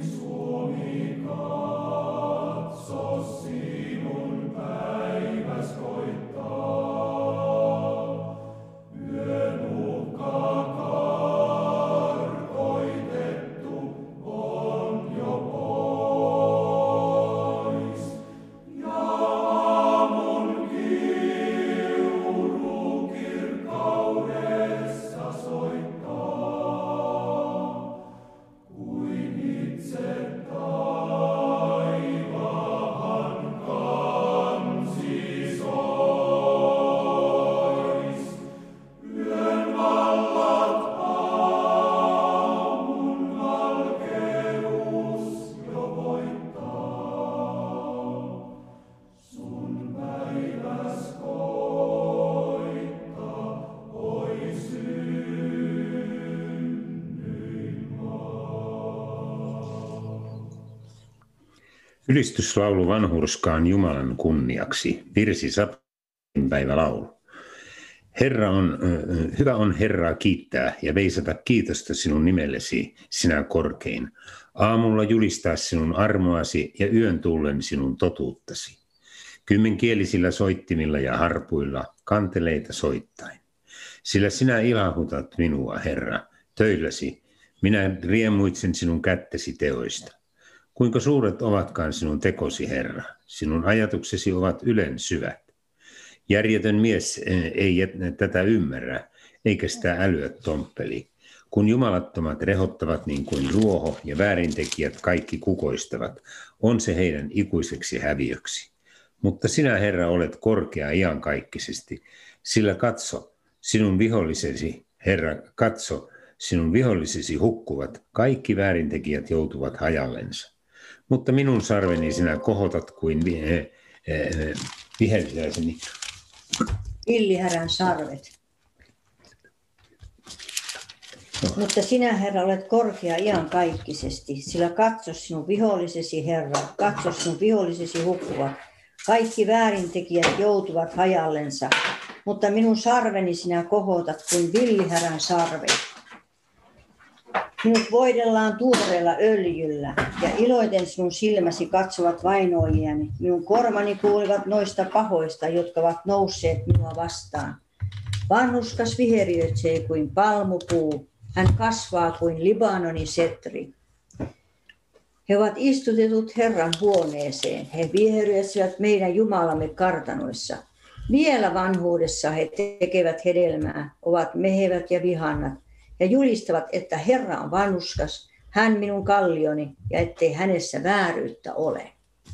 Ylistyslaulu vanhurskaan Jumalan kunniaksi, virsi sapatinpäivälaulu. Hyvä on Herraa kiittää ja veisata kiitosta sinun nimellesi, sinä korkein. Aamulla julistaa sinun armoasi ja yön tullen sinun totuuttasi. Kymmenkielisillä soittimilla ja harpuilla, kanteleita soittain. Sillä sinä ilahutat minua, Herra, töilläsi. Minä riemuitsen sinun kättesi teoista. Kuinka suuret ovatkaan sinun tekosi, Herra, sinun ajatuksesi ovat ylen syvät. Järjetön mies ei tätä ymmärrä, eikä sitä älyä tomppeli. Kun jumalattomat rehottavat niin kuin ruoho ja väärintekijät kaikki kukoistavat, on se heidän ikuiseksi häviöksi. Mutta sinä, Herra, olet korkea iankaikkisesti, sillä katso, sinun vihollisesi, Herra, katso, sinun vihollisesi hukkuvat, kaikki väärintekijät joutuvat hajallensa. Mutta minun sarveni sinä kohotat kuin vihelliläiseni. Villihärän sarvet. Mutta sinä, Herra, olet korkea iankaikkisesti, sillä katso sinun vihollisesi, Herra, katso sinun vihollisesi hukkuvat. Kaikki väärintekijät joutuvat hajallensa, mutta minun sarveni sinä kohotat kuin villihärän sarvet. Minut voidellaan tuoreella öljyllä ja iloiten sinun silmäsi katsovat vainoijiani. Minun korvani kuulevat noista pahoista, jotka ovat nousseet minua vastaan. Vanhurskas viheriöitsee kuin palmupuu, hän kasvaa kuin Libanonin setri. He ovat istutetut Herran huoneeseen, he viheriöitsevät meidän Jumalamme kartanoissa. Vielä vanhuudessa he tekevät hedelmää, ovat mehevät ja vihannat. Ja julistavat, että Herra on vanhurskas, hän minun kallioni, ja ettei hänessä vääryyttä ole.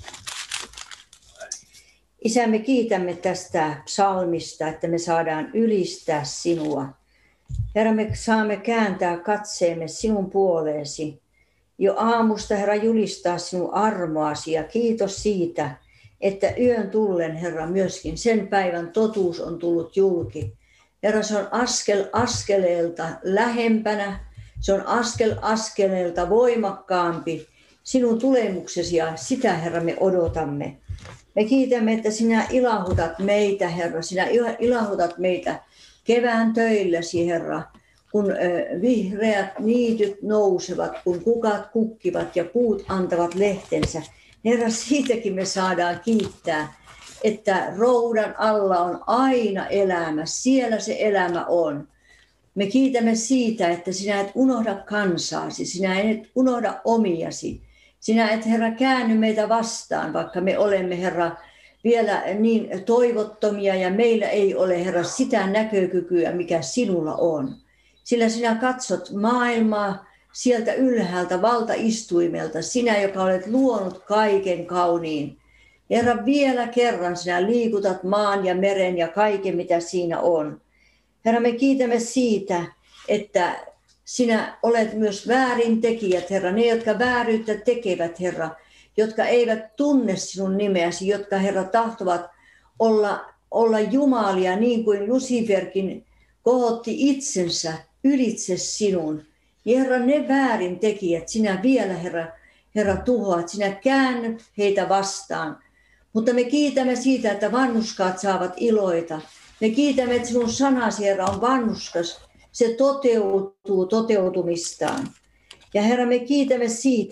Isä, me kiitämme tästä psalmista, että me saadaan ylistää sinua. Herra, me saamme kääntää katseemme sinun puoleesi. Jo aamusta, Herra, julistaa sinun armoasi ja kiitos siitä, että yön tullen, Herra, myöskin sen päivän totuus on tullut julki. Herra, se on askel askeleelta lähempänä, se on askel askeleelta voimakkaampi sinun tulemuksesi ja sitä, Herra, me odotamme. Me kiitämme, että sinä ilahutat meitä, Herra, sinä ilahutat meitä kevään töilläsi, Herra, kun vihreät niityt nousevat, kun kukat kukkivat ja puut antavat lehtensä. Herra, siitäkin me saadaan kiittää. Että roudan alla on aina elämä, siellä se elämä on. Me kiitämme siitä, että sinä et unohda kansaasi, sinä et unohda omiasi. Sinä et, Herra, käänny meitä vastaan, vaikka me olemme, Herra, vielä niin toivottomia ja meillä ei ole, Herra, sitä näkökykyä, mikä sinulla on. Sillä sinä katsot maailmaa sieltä ylhäältä valtaistuimelta, sinä, joka olet luonut kaiken kauniin. Herra, vielä kerran sinä liikutat maan ja meren ja kaiken, mitä siinä on. Herra, me kiitämme siitä, että sinä olet myös väärintekijät, Herra, ne, jotka vääryyttä tekevät, Herra, jotka eivät tunne sinun nimeäsi, jotka, Herra, tahtovat olla jumalia, niin kuin Luciferkin kohotti itsensä ylitse sinun. Ja Herra, ne väärintekijät, sinä vielä, Herra, tuhoat, sinä käännyt heitä vastaan. Mutta me kiitämme siitä, että vanhurskaat saavat iloita. Me kiitämme, että sinun sanasi, Herra, on vanhurskas. Se toteutuu toteutumistaan. Ja Herra, me kiitämme siitä,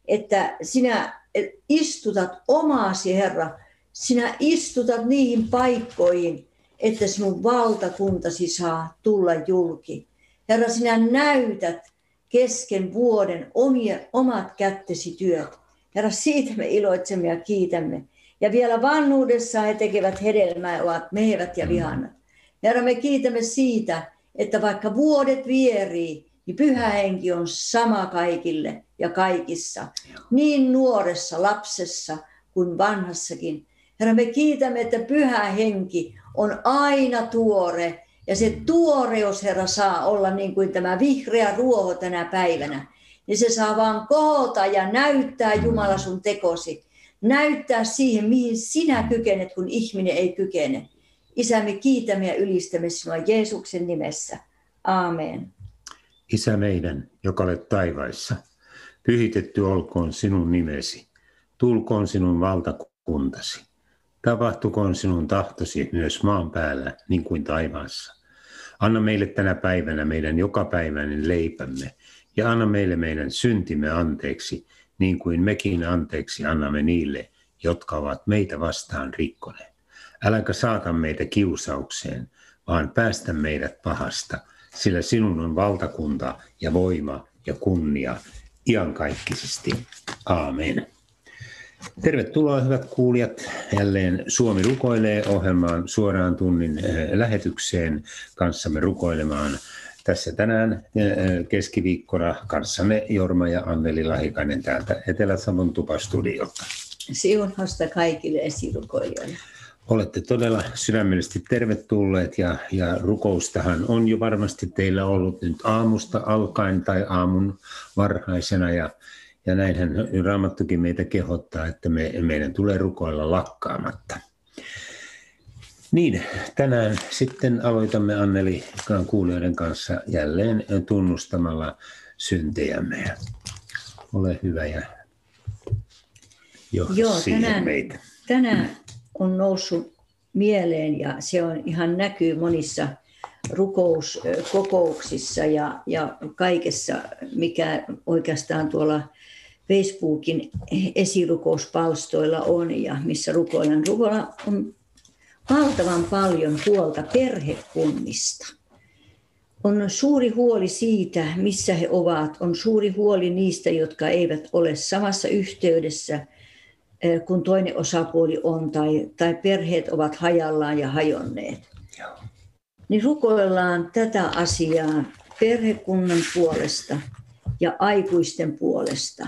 että sinä istutat omaasi, Herra. Sinä istutat niihin paikkoihin, että sinun valtakuntasi saa tulla julki. Herra, sinä näytät kesken vuoden omat kättesi työt. Herra, siitä me iloitsemme ja kiitämme. Ja vielä vanhuudessa he tekevät hedelmää, ovat mehevät ja vihannat. Herra, me kiitämme siitä, että vaikka vuodet vierii, niin Pyhä Henki on sama kaikille ja kaikissa. Niin nuoressa lapsessa kuin vanhassakin. Herra, me kiitämme, että Pyhä Henki on aina tuore. Ja se tuoreus, Herra, saa olla niin kuin tämä vihreä ruoho tänä päivänä. Niin se saa vaan kohota ja näyttää, Jumala, sun tekosi. Näyttää siihen, mihin sinä kykenet, kun ihminen ei kykene. Isä, me kiitämme ja ylistämme sinua Jeesuksen nimessä. Aamen. Isä meidän, joka olet taivaissa, pyhitetty olkoon sinun nimesi. Tulkoon sinun valtakuntasi. Tapahtukoon sinun tahtosi myös maan päällä, niin kuin taivaassa. Anna meille tänä päivänä meidän jokapäiväinen leipämme, ja anna meille meidän syntimme anteeksi, niin kuin mekin anteeksi annamme niille, jotka ovat meitä vastaan rikkoneet. Äläkä saata meitä kiusaukseen, vaan päästä meidät pahasta, sillä sinun on valtakunta ja voima ja kunnia iankaikkisesti. Aamen. Tervetuloa hyvät kuulijat. Jälleen Suomi rukoilee -ohjelmaan suoraan tunnin lähetykseen kanssamme rukoilemaan. Tässä tänään keskiviikkona kanssanne Jorma ja Anneli Lahikainen täältä Etelä-Savon Tupa-studiolta. Siunausta kaikille esirukoilijoille. Olette todella sydämellisesti tervetulleet ja rukoustahan on jo varmasti teillä ollut nyt aamusta alkaen tai aamun varhaisena ja näinhän Raamattukin meitä kehottaa, että meidän tulee rukoilla lakkaamatta. Niin, tänään sitten aloitamme Anneli kuulijoiden kanssa jälleen tunnustamalla syntejämme. Ole hyvä ja johda siihen meitä. Tänään on noussut mieleen ja se on ihan näkyy monissa rukouskokouksissa ja kaikessa, mikä oikeastaan tuolla Facebookin esirukouspalstoilla on ja missä rukoillaan. Rukoilla on valtavan paljon huolta perhekunnista. On suuri huoli siitä, missä he ovat. On suuri huoli niistä, jotka eivät ole samassa yhteydessä, kun toinen osapuoli on tai perheet ovat hajallaan ja hajonneet. Niin rukoillaan tätä asiaa perhekunnan puolesta ja aikuisten puolesta.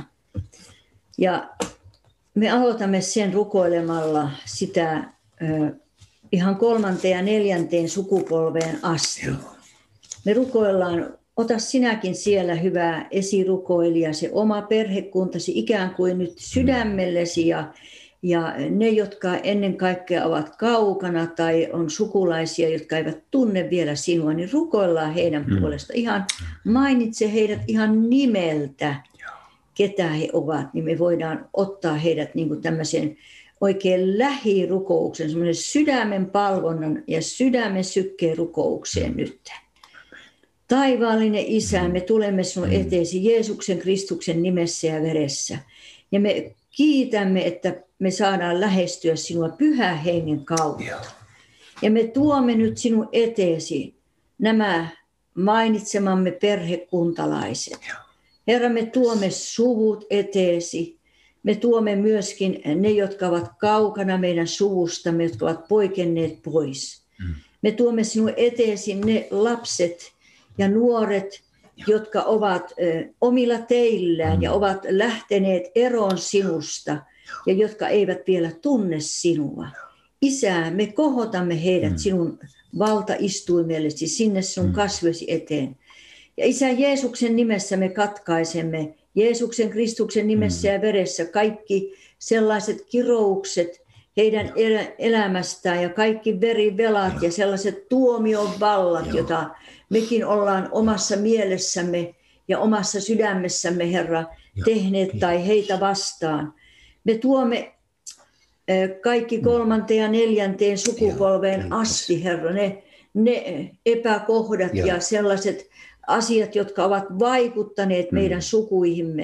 Ja me aloitamme sen rukoilemalla sitä ihan 3. ja 4. sukupolveen asti. Me rukoillaan, ota sinäkin siellä hyvä esirukoilija, se oma perhekuntasi ikään kuin nyt sydämellesi ja ne, jotka ennen kaikkea ovat kaukana tai on sukulaisia, jotka eivät tunne vielä sinua, niin rukoillaan heidän puolesta. Ihan mainitse heidät ihan nimeltä, ketä he ovat, niin me voidaan ottaa heidät niin kuin tämmöisen oikein lähirukouksen, semmoinen sydämen palvonnan ja sydämen sykkeen rukoukseen nyt. Taivaallinen Isä, me tulemme sinun eteesi Jeesuksen Kristuksen nimessä ja veressä. Ja me kiitämme, että me saadaan lähestyä sinua Pyhän Hengen kautta. Ja me tuomme nyt sinun eteesi nämä mainitsemamme perhekuntalaiset. Herra, me tuomme suvut eteesi. Me tuomme myöskin ne, jotka ovat kaukana meidän suvustamme, jotka ovat poikenneet pois. Me tuomme sinun eteesi ne lapset ja nuoret, jotka ovat omilla teillään ja ovat lähteneet eroon sinusta ja jotka eivät vielä tunne sinua. Isä, me kohotamme heidät sinun valtaistuimellesi sinne sinun kasvosi eteen. Ja Isä, Jeesuksen nimessä me katkaisemme, Jeesuksen Kristuksen nimessä ja veressä kaikki sellaiset kiroukset heidän elämästään ja kaikki verivelat ja sellaiset tuomion vallat, jota mekin ollaan omassa mielessämme ja omassa sydämessämme, Herra, tehneet tai heitä vastaan. Me tuomme kaikki 3. ja 4. sukupolveen asti, Herra, ne epäkohdat ja sellaiset asiat, jotka ovat vaikuttaneet meidän sukuihimme.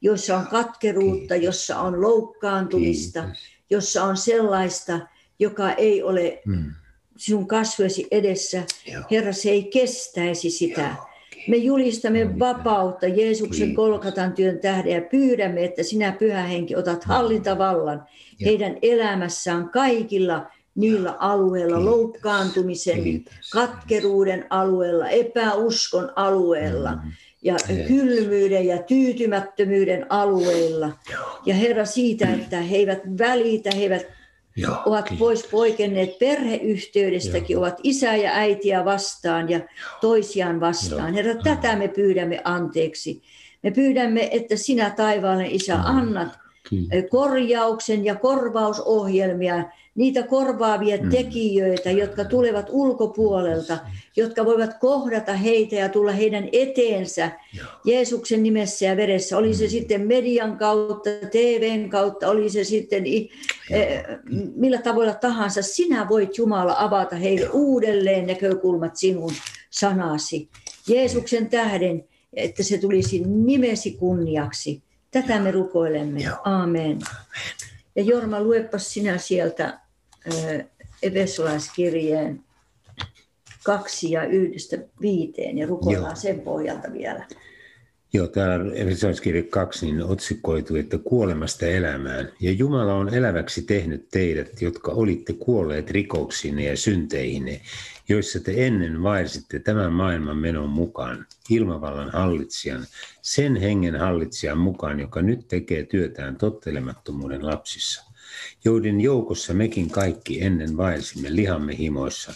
joissa on katkeruutta, jossa on loukkaantumista, jossa on sellaista, joka ei ole sinun kasvoisi edessä. Herra, se ei kestäisi sitä. Me julistamme vapautta Jeesuksen Golgatan työn tähden ja pyydämme, että sinä, Pyhä Henki, otat hallintavallan heidän elämässään kaikilla niillä alueilla, loukkaantumisen, katkeruuden alueella, epäuskon alueella ja kylmyyden ja tyytymättömyyden alueilla. Ja Herra, siitä, että he eivät välitä, he eivät ovat pois poikenneet perheyhteydestäkin, ovat isää ja äitiä vastaan ja toisiaan vastaan. Herra, tätä me pyydämme anteeksi. Me pyydämme, että sinä, taivaallinen Isä, annat korjauksen ja korvausohjelmia, niitä korvaavia tekijöitä, jotka tulevat ulkopuolelta, jotka voivat kohdata heitä ja tulla heidän eteensä Jeesuksen nimessä ja veressä. Oli se sitten median kautta, TVn kautta, oli se sitten millä tavoilla tahansa. Sinä voit, Jumala, avata heille uudelleen näkökulmat sinun sanasi. Jeesuksen tähden, että se tulisi nimesi kunniaksi. Tätä me rukoilemme. Aamen. Ja Jorma, luepas sinä sieltä Efesolaiskirjeen 2 ja 1-5 ja rukoillaan sen pohjalta vielä. Joo, täällä Efesolaiskirje 2 niin otsikoitu, että kuolemasta elämään. Ja Jumala on eläväksi tehnyt teidät, jotka olitte kuolleet rikoksiinne ja synteihinne, joissa te ennen vaelsitte tämän maailman menon mukaan, ilmavallan hallitsijan, sen hengen hallitsijan mukaan, joka nyt tekee työtään tottelemattomuuden lapsissa, joiden joukossa mekin kaikki ennen vaelsimme lihamme himoissa,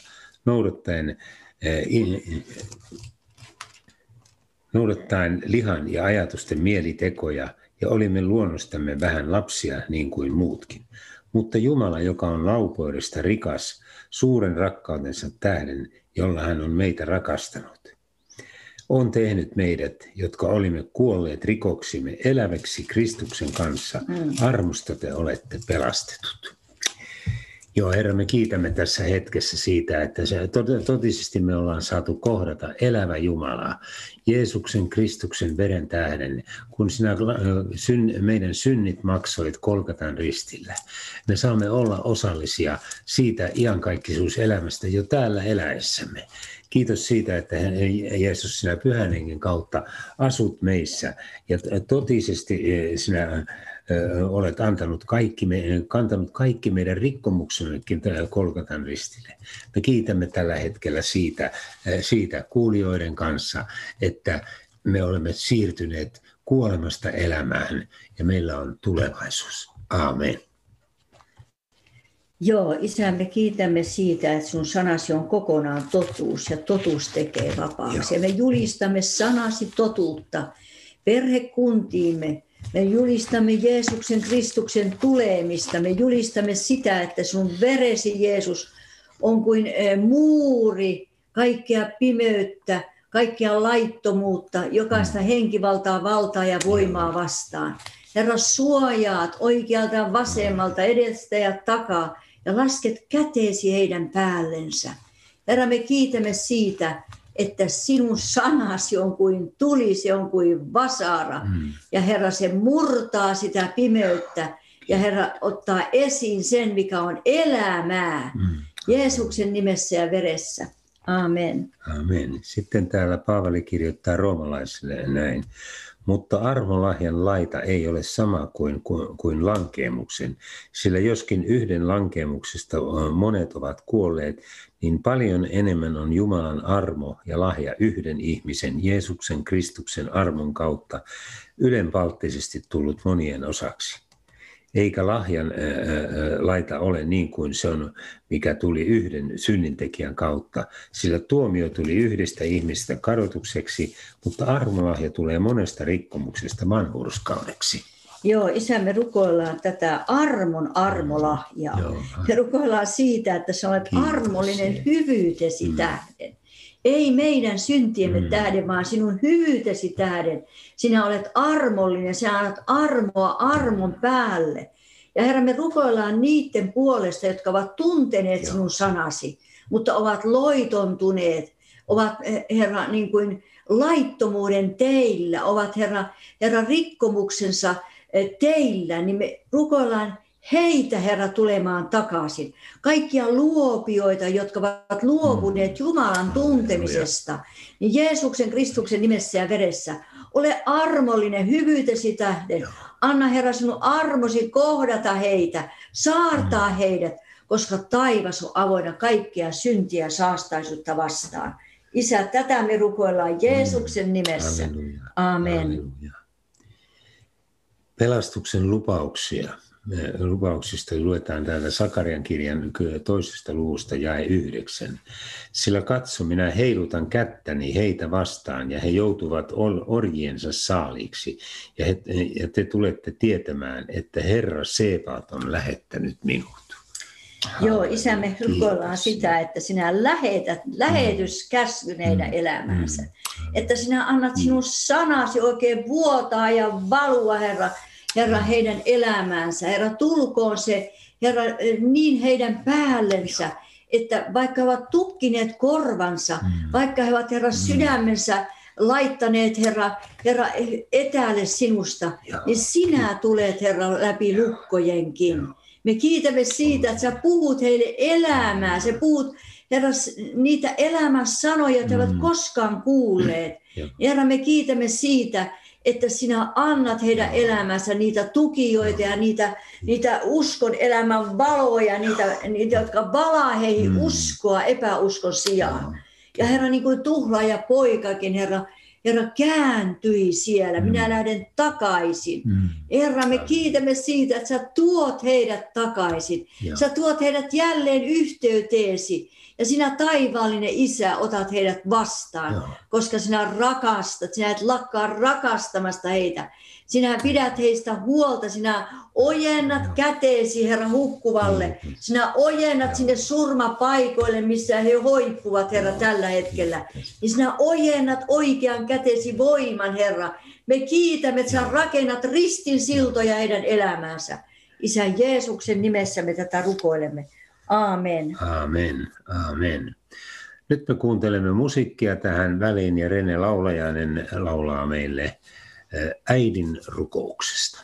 noudattaen lihan ja ajatusten mielitekoja, ja olimme luonnostamme vähän lapsia niin kuin muutkin. Mutta Jumala, joka on laupeudesta rikas, suuren rakkautensa tähden, jolla hän on meitä rakastanut, on tehnyt meidät, jotka olimme kuolleet rikoksimme, eläväksi Kristuksen kanssa. Armosta te olette pelastetut. Joo, Herra, me kiitämme tässä hetkessä siitä, että totisesti me ollaan saatu kohdata elävä Jumala, Jeesuksen Kristuksen veren tähden, kun sinä meidän synnit maksoit Golgatan ristillä. Me saamme olla osallisia siitä iankaikkisuuselämästä jo täällä eläessämme. Kiitos siitä, että Jeesus, sinä Pyhän Hengen kautta asut meissä ja totisesti sinä olet kantanut kaikki meidän rikkomuksemmekin Golgatan ristille. Me kiitämme tällä hetkellä siitä kuulijoiden kanssa, että me olemme siirtyneet kuolemasta elämään ja meillä on tulevaisuus. Aamen. Joo, Isä, me kiitämme siitä, että sun sanasi on kokonaan totuus ja totuus tekee vapaaksi. Ja me julistamme sanasi totuutta perhekuntiimme. Me julistamme Jeesuksen Kristuksen tulemista. Me julistamme sitä, että sun veresi, Jeesus, on kuin muuri, kaikkea pimeyttä, kaikkea laittomuutta, jokaista henkivaltaa, valtaa ja voimaa vastaan. Herra, suojaat oikealta ja vasemmalta, edestä ja takaa ja lasket käteesi heidän päällensä. Herra, me kiitämme siitä, että sinun sanasi on kuin tuli, se on kuin vasara. Ja Herra, se murtaa sitä pimeyttä ja Herra ottaa esiin sen, mikä on elämää. Jeesuksen nimessä ja veressä. Amen. Amen. Sitten täällä Paavali kirjoittaa roomalaisille näin. Mutta armolahjan laita ei ole sama kuin lankeemuksen, sillä joskin yhden lankeemuksesta monet ovat kuolleet, niin paljon enemmän on Jumalan armo ja lahja yhden ihmisen, Jeesuksen Kristuksen armon kautta, ylenpalttisesti tullut monien osaksi. Eikä lahjan laita ole niin kuin se on, mikä tuli yhden synnintekijän kautta, sillä tuomio tuli yhdestä ihmisestä kadotukseksi, mutta armolahja tulee monesta rikkomuksesta vanhurskaudeksi. Joo, Isä, me rukoillaan tätä armon armolahjaa. Me rukoillaan siitä, että sä olet armollinen hyvyytesi tähden. Ei meidän syntiemme tähden, vaan sinun hyvyytesi tähden. Sinä olet armollinen, sinä annat armoa armon päälle. Ja Herra, me rukoillaan niiden puolesta, jotka ovat tunteneet sinun sanasi, mutta ovat loitontuneet, ovat, Herra, niin kuin laittomuuden teillä, ovat Herra rikkomuksensa teillä, niin me rukoillaan heitä, Herra, tulemaan takaisin. Kaikkia luopioita, jotka ovat luopuneet Jumalan tuntemisesta, niin Jeesuksen Kristuksen nimessä ja veressä, ole armollinen hyvyytesi tähden. Anna, Herra, sinun armosi kohdata heitä, saartaa heidät, koska taivas on avoinna kaikkea syntiä ja saastaisuutta vastaan. Isä, tätä me rukoillaan Jeesuksen nimessä. Halleluja. Amen. Halleluja. Pelastuksen lupauksista luetaan täältä Sakarian kirjan 2. luvusta jae 9. Sillä katso, minä heilutan kättäni heitä vastaan ja he joutuvat orjiensa saaliiksi. Ja te tulette tietämään, että Herra Sebaot on lähettänyt minut. Joo, Isä, me rukoillaan sitä, että sinä lähetät lähetyskäskyn heidän elämäänsä. Että sinä annat sinun sanasi oikein vuotaa ja valua, Herra, heidän elämäänsä. Herra, tulkoon se, Herra, niin heidän päällensä, että vaikka he ovat tukkineet korvansa, vaikka he ovat, Herra, sydämensä laittaneet, Herra, etäälle sinusta, niin sinä tulet, Herra, läpi lukkojenkin. Me kiitämme siitä, että sä puhut heille elämää. Sä puhut, Herra, niitä elämän sanoja, joita he ovat koskaan kuulleet. Herra, me kiitämme siitä, että sinä annat heidän elämänsä niitä tukijoita ja niitä uskon elämän valoja, niitä jotka valaa heihin uskoa epäuskon sijaan. Ja Herra, niin kuin tuhlaaja poikakin, Herra kääntyi siellä. Minä lähden takaisin. Herra, me kiitämme siitä, että sä tuot heidät takaisin. Sä tuot heidät jälleen yhteyteesi. Ja sinä taivaallinen Isä otat heidät vastaan, koska sinä rakastat. Sinä et lakkaa rakastamasta heitä. Sinä pidät heistä huolta. Sinä ojennat käteesi, Herra, hukkuvalle. Sinä ojennat sinne surmapaikoille, missä he hoippuvat, Herra, tällä hetkellä. Ja sinä ojennat oikean käteesi voiman, Herra. Me kiitämme, että sä rakennat ristin siltoja heidän elämäänsä. Isä Jeesuksen nimessä me tätä rukoilemme. Aamen. Aamen. Aamen. Nyt me kuuntelemme musiikkia tähän väliin ja Rene Laulajainen laulaa meille äidin rukouksesta.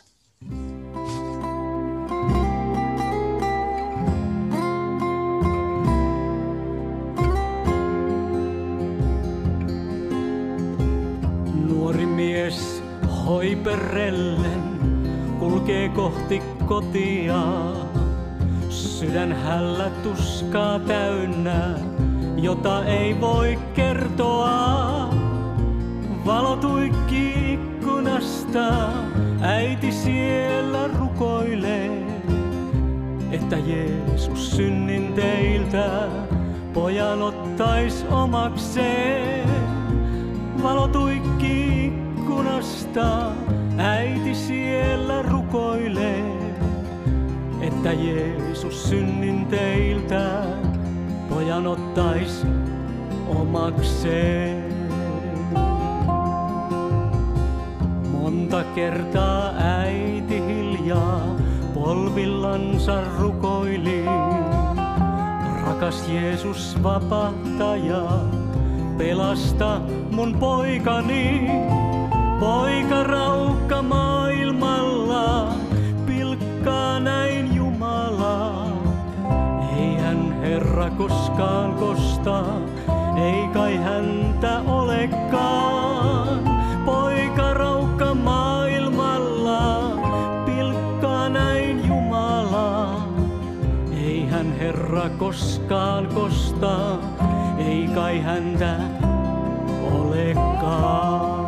Nuori mies hoiperellen kulkee kohti kotia. Sydän hällä tuskaa täynnä, jota ei voi kertoa. Valo tuikkii ikkunasta, äiti siellä rukoilee, että Jeesus synnin teiltä pojan ottais omakseen. Valo tuikkii ikkunasta, äiti siellä rukoilee, että Jeesus synnin teiltä pojan ottais omakseen. Monta kertaa äiti hiljaa polvillansa rukoili. Rakas Jeesus vapahtaja, pelasta mun poikani. Poika raukka maailmalla, pilkkaa näin Jumala. Ei hän Herra koskaan kosta, ei kai häntä olekaan. Poika raukka maailmalla, pilkkaa näin Jumala. Ei hän Herra koskaan kosta, ei kai häntä olekaan.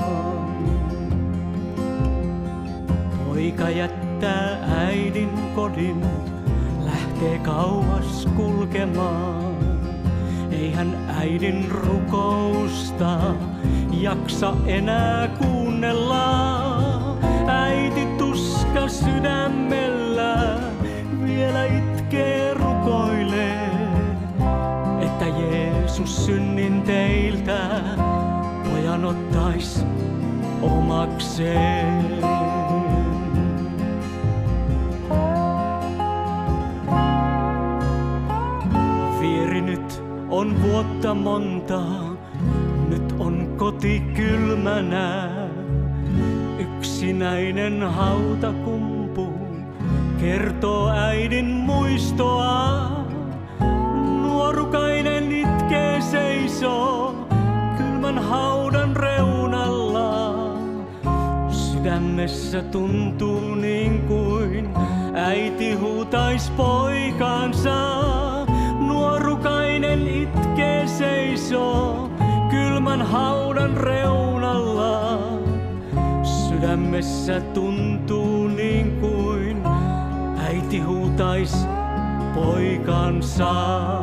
Poika jättää äidin kodin, lähtee kauas kulkemaan. Ei hän äidin rukousta jaksa enää kuunnella. Äiti tuska sydämellä vielä itkee, rukoilee, että Jeesus synnin teiltä pojan ottais omakseen. Vieri nyt on vuotta monta, nyt on koti kylmänä. Yksinäinen hautakumpu kertoo äidin muistoa. Nuorukainen itkee seisoo kylmän haudan reunalla. Sydämessä tuntuu niin kuin äiti huutais poikansa. Nuorukainen itkee seisoo kylmän haudan reunalla. Sydämessä tuntuu niin kuin äiti huutais poikansa.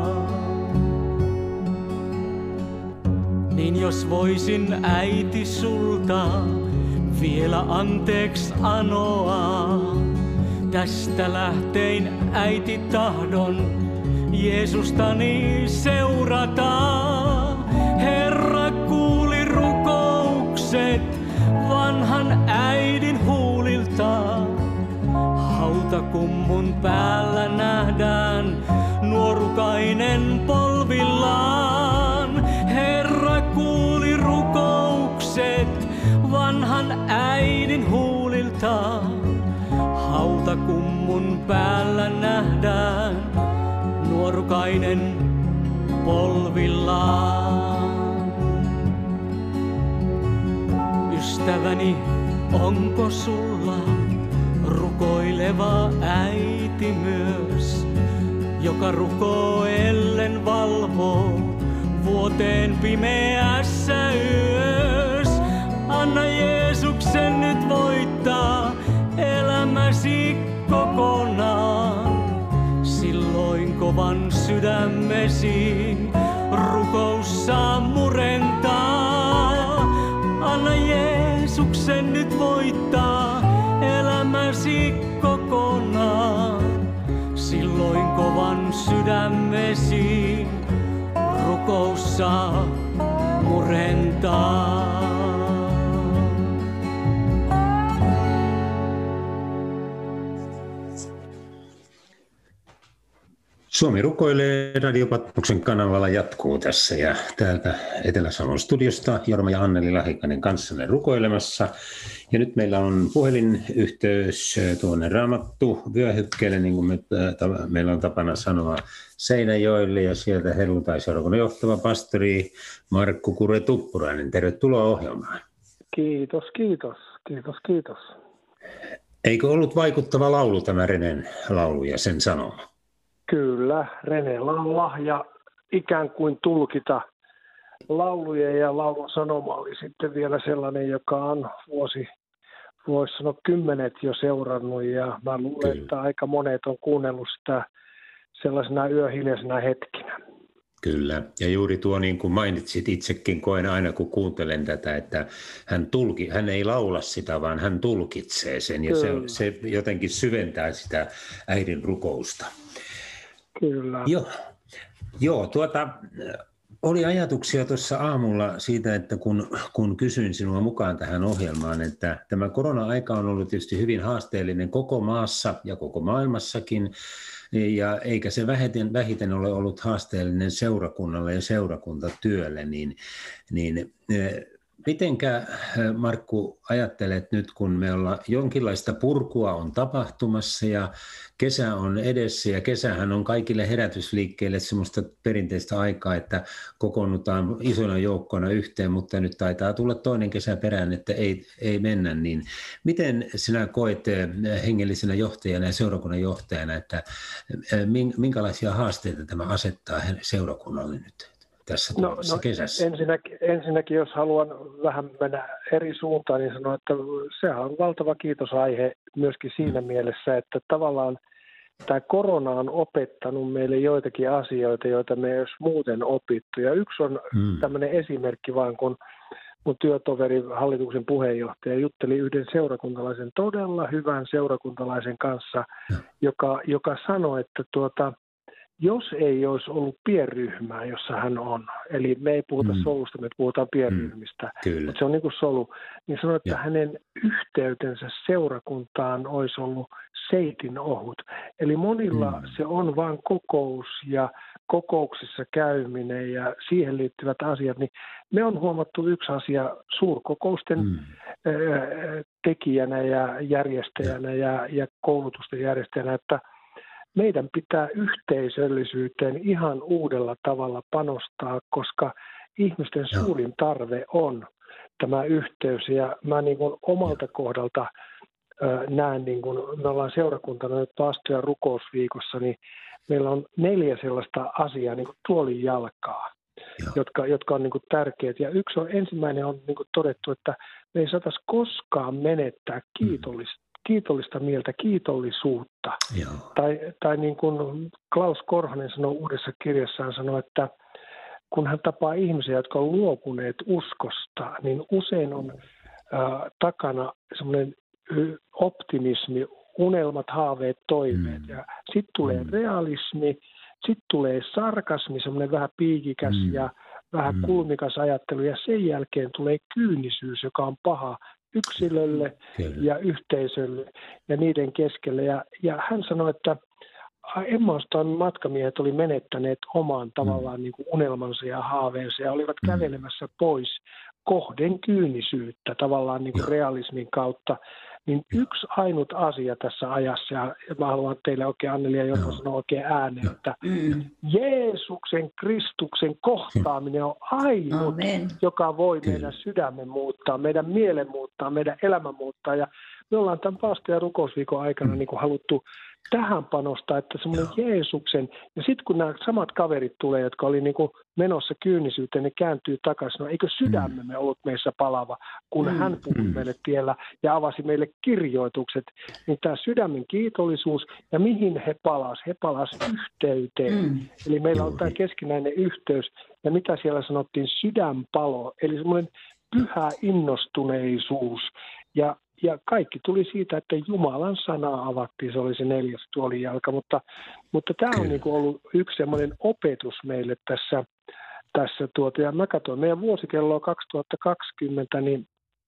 Niin jos voisin äiti sulta vielä anteeksi anoa, tästä lähtein äiti tahdon Jeesustani seurata. Herra kuuli rukoukset vanhan äidin huulilta. Hautakummun päällä nähdään nuorukainen polvillaan. Herra kuuli rukoukset vanhan äidin huulilta. Hautakummun päällä nähdään nuorukainen polvillaan. Ystäväni, onko sulla rukoileva äiti myös, joka rukoillen valvoo vuoteen pimeässä yös? Anna Jeesuksen nyt voittaa elämäsi kokonaan. Silloin kovan sydämesi rukous saa murentaa. Anna Jeesuksen nyt voittaa elämäsi kokonaan. Silloin kovan sydämesi rukous saa murentaa. Suomi rukoilee Radio Patmoksen kanavalla jatkuu tässä ja täältä Etelä-Savon studiosta Jorma ja Anneli Lahikainen kanssanne rukoilemassa. Ja nyt meillä on puhelinyhteys tuonne Raamattu vyöhykkeelle, niin kuin meillä on tapana sanoa, Seinäjoelle, ja sieltä helluntaiseurakunnan johtava pastori Markku Kure-Tuppurainen. Tervetuloa ohjelmaan. Kiitos. Eikö ollut vaikuttava laulu tämä Renen laulu ja sen sanoma? Kyllä, Renellä on lahja ikään kuin tulkita lauluja, ja laulun sanoma oli sitten vielä sellainen, joka on voisi sanoa 10 jo seurannut, ja mä luulen, että aika monet on kuunnellut sitä sellaisena yöhiljaisena hetkinä. Kyllä, ja juuri tuo, niin kuin mainitsit, itsekin koen aina kun kuuntelen tätä, että hän ei laula sitä, vaan hän tulkitsee sen, ja se jotenkin syventää sitä äidin rukousta. Kyllä. Joo, oli ajatuksia tuossa aamulla siitä, että kun kysyin sinua mukaan tähän ohjelmaan, että tämä korona-aika on ollut tietysti hyvin haasteellinen koko maassa ja koko maailmassakin, ja eikä se vähiten ole ollut haasteellinen seurakunnalle ja seurakuntatyölle, niin mitenkä, Markku, ajattelet nyt, kun me jonkinlaista purkua on tapahtumassa ja kesä on edessä, ja kesähän on kaikille herätysliikkeille semmoista perinteistä aikaa, että kokoonnutaan isoina joukkoina yhteen, mutta nyt taitaa tulla toinen kesä perään, että ei mennä. Niin miten sinä koet hengellisenä johtajana ja seurakunnan johtajana, että minkälaisia haasteita tämä asettaa seurakunnalle nyt tässä tulevassa kesässä? Ensinnäkin, jos haluan vähän mennä eri suuntaan, niin sanon, että sehän on valtava kiitosaihe myöskin siinä mielessä, että tavallaan tämä korona on opettanut meille joitakin asioita, joita me ei olisi muuten opittu. Ja yksi on tämmöinen esimerkki vaan, kun mun työtoveri, hallituksen puheenjohtaja, jutteli yhden seurakuntalaisen, todella hyvän seurakuntalaisen kanssa, joka sanoi, että jos ei olisi ollut pienryhmää, jossa hän on, eli me ei puhuta solusta, me puhutaan pienryhmistä, mutta se on niin kuin solu, niin sanoi, että hänen yhteytensä seurakuntaan olisi ollut seitin ohut. Eli monilla se on vain kokous ja kokouksissa käyminen ja siihen liittyvät asiat, niin me on huomattu yksi asia suurkokousten tekijänä ja järjestäjänä ja koulutusten järjestäjänä, että meidän pitää yhteisöllisyyteen ihan uudella tavalla panostaa, koska ihmisten suurin tarve on tämä yhteys. Ja mä niin kuin omalta kohdalta näen, niin kuin me ollaan seurakuntana nyt paasto- ja rukousviikossa, niin meillä on 4 sellaista asiaa, niin kuin tuolijalkaa, jotka on niin kuin tärkeät. Ja ensimmäinen on niin kuin todettu, että me ei saataisi koskaan menettää kiitollista mieltä, kiitollisuutta. Tai niin kuin Klaus Korhonen sanoi uudessa kirjassaan, sanoi, että kun hän tapaa ihmisiä, jotka on luopuneet uskosta, niin usein on takana semmoinen optimismi, unelmat, haaveet, toiveet. Ja sitten tulee realismi, sitten tulee sarkasmi, semmoinen vähän piikikäs ja vähän kulmikas ajattelu, ja sen jälkeen tulee kyynisyys, joka on paha yksilölle ja yhteisölle ja niiden keskelle. Ja hän sanoi, että Emmaustaan matkamiehet oli menettäneet oman tavallaan niin kuin unelmansa ja haaveensa ja olivat kävelemässä pois kohden kyynisyyttä tavallaan niin kuin realismin kautta. Niin yksi ainut asia tässä ajassa, ja mä haluan teille oikein Anneli ja Jorma sanoa oikein ääneen, että Jeesuksen, Kristuksen kohtaaminen on ainut, joka voi meidän sydämen muuttaa, meidän mielen muuttaa, meidän elämän muuttaa. Ja me ollaan tämän paasto- ja rukousviikon aikana niin kuin haluttu tähän panostaa, että semmoinen Jeesuksen, ja sitten kun nämä samat kaverit tulee, jotka oli niin kuin menossa kyynisyyteen, ne kääntyy takaisin, no eikö sydämemme ollut meissä palava, kun hän puhui meille tiellä ja avasi meille kirjoitukset, niin tämä sydämen kiitollisuus, ja mihin he palasivat yhteyteen. Eli meillä on tämä keskinäinen yhteys, ja mitä siellä sanottiin, sydänpalo, eli semmoinen pyhä innostuneisuus, ja kaikki tuli siitä, että Jumalan sanaa avattiin, se oli se 4. tuolijalka, mutta tämä on niin kuin ollut yksi semmoinen opetus meille tässä ja mä katsoin meidän vuosikelloa 2020, niin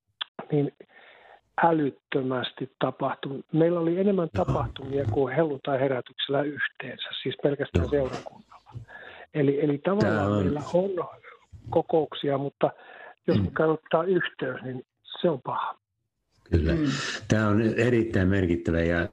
älyttömästi tapahtui. Meillä oli enemmän tapahtumia kuin helluntai-herätyksellä yhteensä, siis pelkästään seurakunnalla. Eli tavallaan meillä on kokouksia, mutta jos me katsotaan yhteys, niin se on paha. Kyllä. Tämä on erittäin merkittävä ja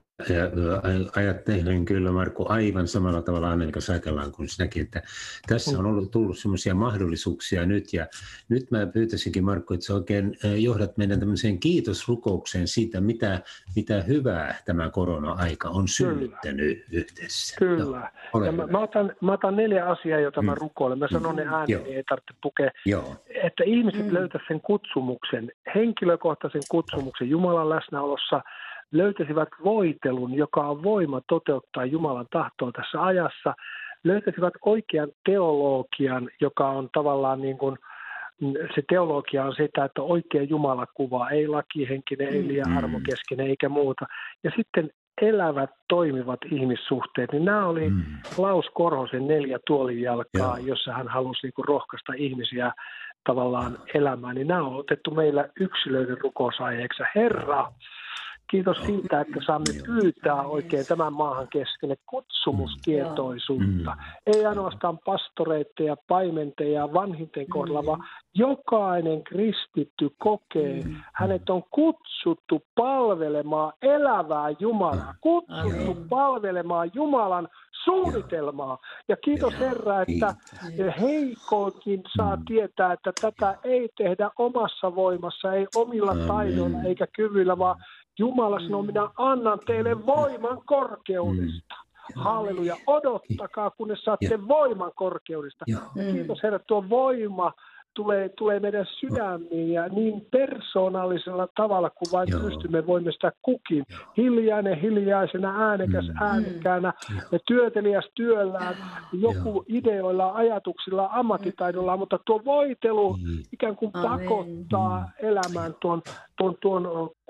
ajattelen kyllä, Markku, aivan samalla tavalla Anneli kanssa ajatellaan kuin sinäkin, että tässä on tullut semmoisia mahdollisuuksia nyt, ja nyt mä pyytäisinkin, Markku, että sä oikein johdat meidän tämmöiseen kiitosrukoukseen siitä, mitä hyvää tämä korona-aika on synnyttänyt yhteydessä. Kyllä. Ja mä otan 4 asiaa, joita mä rukoilen. Mä sanon ne ääneen, niin ei tarvitse pukea. Että ihmiset löytäisivät sen kutsumuksen, henkilökohtaisen kutsumuksen Jumalan läsnäolossa, löytäisivät voitelun, joka on voima toteuttaa Jumalan tahtoa tässä ajassa, löytäisivät oikean teologian, joka on tavallaan niin kuin, se teologia on sitä, että oikea Jumalakuva, ei lakihenkinen, ei liian armokeskeinen eikä muuta. Ja sitten elävät, toimivat ihmissuhteet, niin nämä oli Klaus Korhosen 4 tuolijalkaa, jossa hän halusi niin kuin rohkaista ihmisiä tavallaan elämään, niin nämä on otettu meillä yksilöiden rukousaiheeksi. Herra, kiitos siitä, että saamme pyytää oikein tämän maahan keskelle kutsumustietoisuutta. Ei ainoastaan pastoreita ja paimenteja vanhinten kohdalla, vaan jokainen kristitty kokee. Hänet on kutsuttu palvelemaan elävää Jumalaa, kutsuttu palvelemaan Jumalan suunnitelmaa. Ja kiitos Herra, että heikoinkin saa tietää, että tätä ei tehdä omassa voimassa, ei omilla taidoilla eikä kyvyillä, vaan Jumala sanoo, minä annan teille voiman korkeudesta. Halleluja. Odottakaa, kunnes saatte voiman korkeudesta. Kiitos Herra, tuo voima tulee meidän sydämiin ja niin persoonallisella tavalla, kun vain pystymme, voimme sitä kukin. Hiljainen, hiljaisena, äänekäs, äänekkäänä ja työtelijäs työllään, joku ideoilla, ajatuksilla, ammattitaidolla, mutta tuo voitelu ikään kuin pakottaa elämään tuon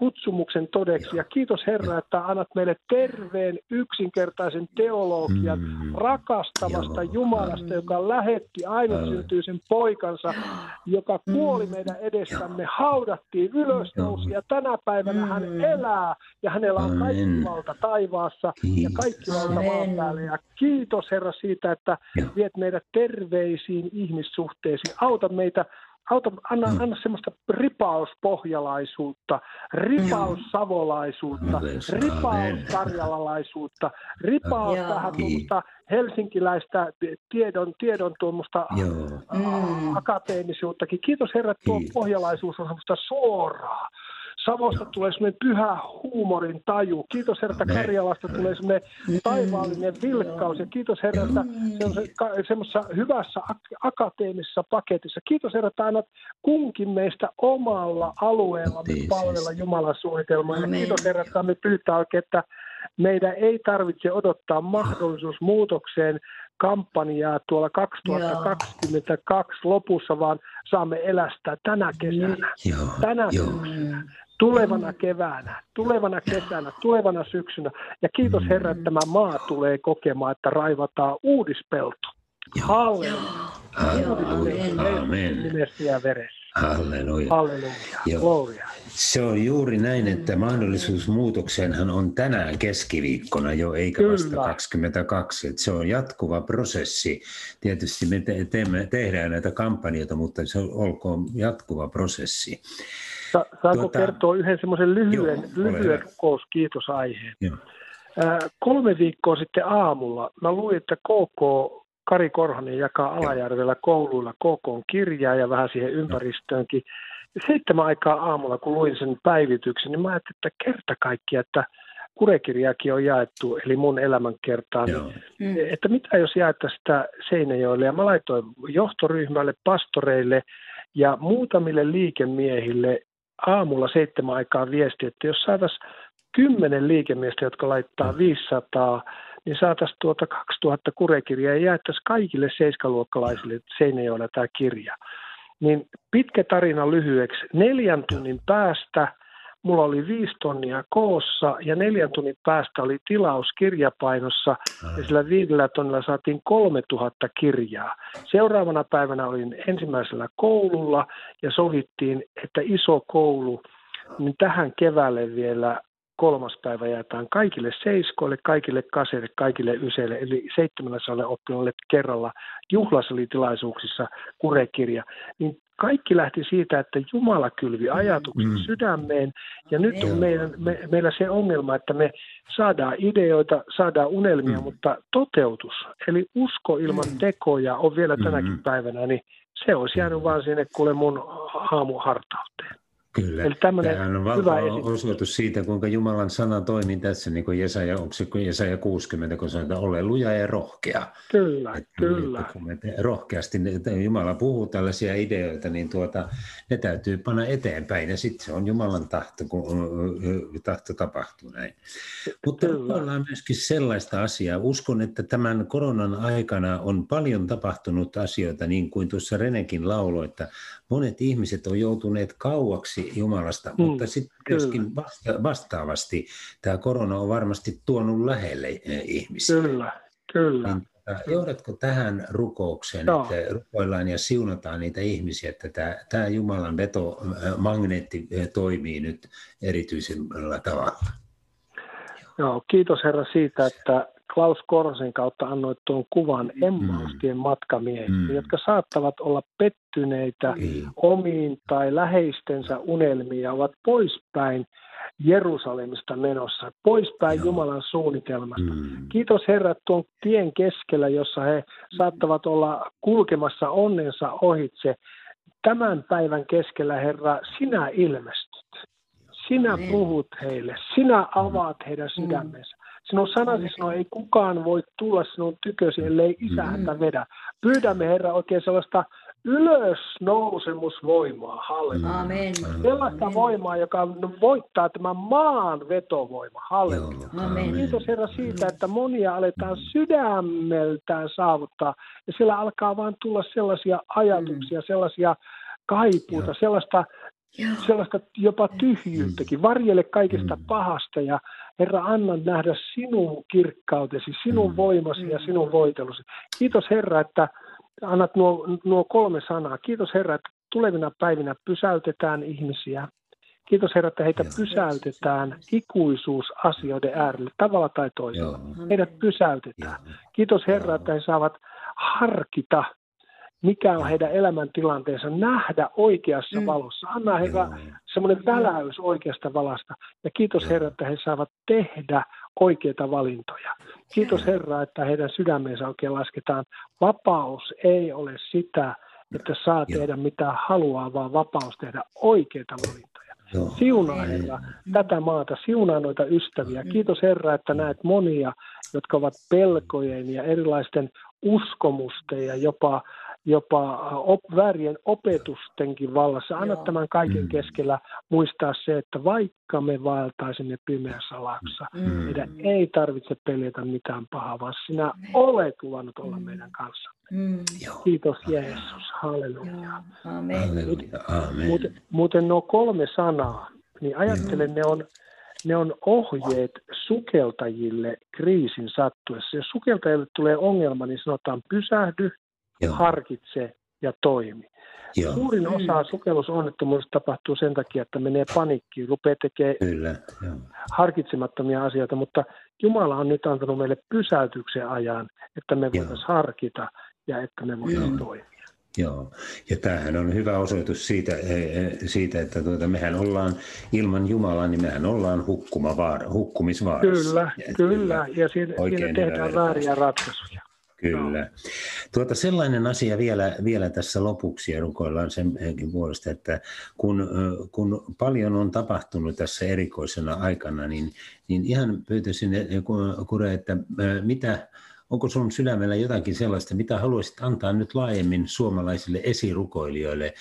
kutsumuksen todeksi. Ja kiitos Herra, että annat meille terveen, yksinkertaisen teologian rakastavasta Jumalasta, joka lähetti ainut-syntyisen poikansa, joka kuoli meidän edessämme, haudattiin, ylösnousi ja tänä päivänä hän elää ja hänellä on kaikki valta taivaassa ja kaikki valta maan päälle. Ja kiitos Herra siitä, että viet meidät terveisiin ihmissuhteisiin. Auta meitä. Anna semmoista ripauspohjalaisuutta, ripaussavolaisuutta, ripauskarjalalaisuutta, ripaus vähän tuommoista helsinkiläistä tiedon tuommoista akateemisuuttakin. Kiitos Herra, että tuo pohjalaisuus on semmoista suoraa. Savosta tulee semmoinen pyhä huumorin taju. Kiitos Herra, että Karjalasta tulee semmoinen taivaallinen vilkkaus. Ja kiitos Herra, että se on semmoisessa hyvässä akateemisessa paketissa. Kiitos Herra, että annat kunkin meistä omalla alueella palvella Jumalan suunnitelmaa. Ja kiitos Herra, että me pyytää oikein, että meidän ei tarvitse odottaa mahdollisuus muutokseen kampanjaa tuolla 2022 lopussa, vaan saamme elästää tänä kesänä, tänä syksynä, tulevana keväänä, tulevana kesänä, tulevana syksynä. Ja kiitos Herra, että tämä maa tulee kokemaan, että raivataan uudispelto. Halleluja. Amen. Nimessä ja veressä. Halleluja. Gloria. Se on juuri näin, että mahdollisuus muutokseenhan on tänään keskiviikkona jo, eikä vasta 22. Että se on jatkuva prosessi. Tietysti me tehdään näitä kampanjoita, mutta se olkoon jatkuva prosessi. Saanko kertoa yhden semmoisen lyhyen rukouskiitosaiheen? 3 viikkoa sitten aamulla mä luin, että Kari Korhonen jakaa Alajärvellä kouluilla KK:n kirjaa ja vähän siihen ympäristöönkin. 7 aikaa aamulla, kun luin sen päivityksen, niin mä ajattelin, että kerta kaikkiaan, että kurekirjaakin on jaettu, eli mun elämänkertaan, että mitä jos jaettaisiin sitä Seinäjoelle. Ja mä laitoin johtoryhmälle, pastoreille ja muutamille liikemiehille aamulla 7 aikaa viesti, että jos saataisiin 10 liikemiestä, jotka laittaa 500, niin saataisiin 2000 kurekirjaa ja jaettaisiin kaikille 7-luokkalaisille Seinäjoella tämä kirja. Niin pitkä tarina lyhyeksi. 4 tunnin päästä mulla oli 5 tonnia koossa ja 4 tunnin päästä oli tilaus kirjapainossa ja sillä 5 tonnilla saatiin 3000 kirjaa. Seuraavana päivänä olin ensimmäisellä koululla ja sovittiin, että iso koulu, niin tähän keväälle vielä 3. päivä jaetaan kaikille seiskoille, kaikille kaseille, kaikille yseille, eli 700 oppilaille kerralla juhlasalitilaisuuksissa kurekirja. Niin kaikki lähti siitä, että Jumala kylvi ajatuksen sydämeen, ja nyt on meillä se ongelma, että me saadaan ideoita, saadaan unelmia, mutta toteutus, eli usko ilman tekoja on vielä tänäkin päivänä, niin se olisi jäänyt vaan sinne kuule mun aamuhartauteen. Kyllä. Tämähän on valtava osoitus siitä, kuinka Jumalan sana toimii tässä, niin kuin Jesaja 60, kun sanotaan, ole luja ja rohkea. Kyllä. Kun me rohkeasti, Jumala puhuu tällaisia ideoita, niin ne täytyy panna eteenpäin, ja sitten se on Jumalan tahto, kun tahto tapahtuu näin. Mutta ollaan myöskin sellaista asiaa. Uskon, että tämän koronan aikana on paljon tapahtunut asioita, niin kuin tuossa Renekin lauloi, että monet ihmiset on joutuneet kauaksi Jumalasta, mutta sitten myöskin vastaavasti tämä korona on varmasti tuonut lähelle ihmisiä. Kyllä. Niin, johdatko tähän rukoukseen, että rukoillaan ja siunataan niitä ihmisiä, että tämä Jumalan vetomagneetti toimii nyt erityisellä tavalla? Joo, kiitos Herra siitä, että Klaus Korhosen kautta annoit tuon kuvan Emmaustien matkamiehistä, jotka saattavat olla pettyneitä omiin tai läheistensä unelmiin ja ovat poispäin Jerusalemista menossa, poispäin Jumalan suunnitelmasta. Kiitos Herra tuon tien keskellä, jossa he saattavat olla kulkemassa onnensa ohitse. Tämän päivän keskellä, Herra, sinä ilmestyt. Sinä puhut heille, sinä avaat heidän sydämensä. Sinun sanasi sanoo, ei kukaan voi tulla sinun tykösi, ellei Isä häntä vedä. Pyydämme, Herra, oikein sellaista ylösnousemusvoimaa. Halleluja. Amen. Sellaista voimaa, joka voittaa tämän maan vetovoima. Halleluja. Kiitos Herra siitä, että monia aletaan sydämeltään saavuttaa. Ja siellä alkaa vaan tulla sellaisia ajatuksia, sellaisia kaipuuta, sellaista sellaista jopa tyhjyyttäkin. Varjele kaikesta pahasta ja Herra, anna nähdä sinun kirkkautesi, sinun voimasi ja sinun voitelusi. Kiitos Herra, että annat nuo 3 sanaa. Kiitos Herra, että tulevina päivinä pysäytetään ihmisiä. Kiitos Herra, että heitä pysäytetään ikuisuusasioiden äärelle tavalla tai toisella. Heidät pysäytetään. Kiitos Herra, että he saavat harkita, mikä on heidän elämäntilanteensa, nähdä oikeassa valossa. Anna Herra semmoinen väläys oikeasta valasta. Ja kiitos Herra, että he saavat tehdä oikeita valintoja. Kiitos Herra, että heidän sydämensä oikein lasketaan. Vapaus ei ole sitä, että saa tehdä mitä haluaa, vaan vapaus tehdä oikeita valintoja. Siunaa Herra tätä maata, siunaa noita ystäviä. Kiitos Herra, että näet monia, jotka ovat pelkojen ja erilaisten uskomusten ja jopa väärien opetustenkin vallassa. Anna tämän kaiken keskellä muistaa se, että vaikka me vaeltaisimme pimeässä laaksossa, meidän ei tarvitse pelätä mitään pahaa, vaan sinä olet luvannut olla meidän kanssa. Kiitos Jeesus, halleluja. Muuten nuo 3 sanaa, niin ajattelen, ne on ohjeet sukeltajille kriisin sattuessa. Jos sukeltajille tulee ongelma, niin sanotaan pysähdy, harkitse ja toimi. Suurin osa sukellusonnettomuudesta tapahtuu sen takia, että menee panikkiin, rupeaa tekemään harkitsemattomia asioita, mutta Jumala on nyt antanut meille pysäytyksen ajan, että me voitaisiin harkita ja että me voitaisiin toimia. Joo, ja tämähän on hyvä osoitus siitä että mehän ollaan ilman Jumalaa, niin mehän ollaan hukkumisvaarassa. Kyllä, ja siinä tehdään vääriä ratkaisuja. Kyllä. Sellainen asia vielä tässä lopuksi, ja rukoillaan senkin puolesta, että kun paljon on tapahtunut tässä erikoisena aikana, niin ihan pyytäisin, Kure, että onko sun sydämellä jotakin sellaista, mitä haluaisit antaa nyt laajemmin suomalaisille esirukoilijoille,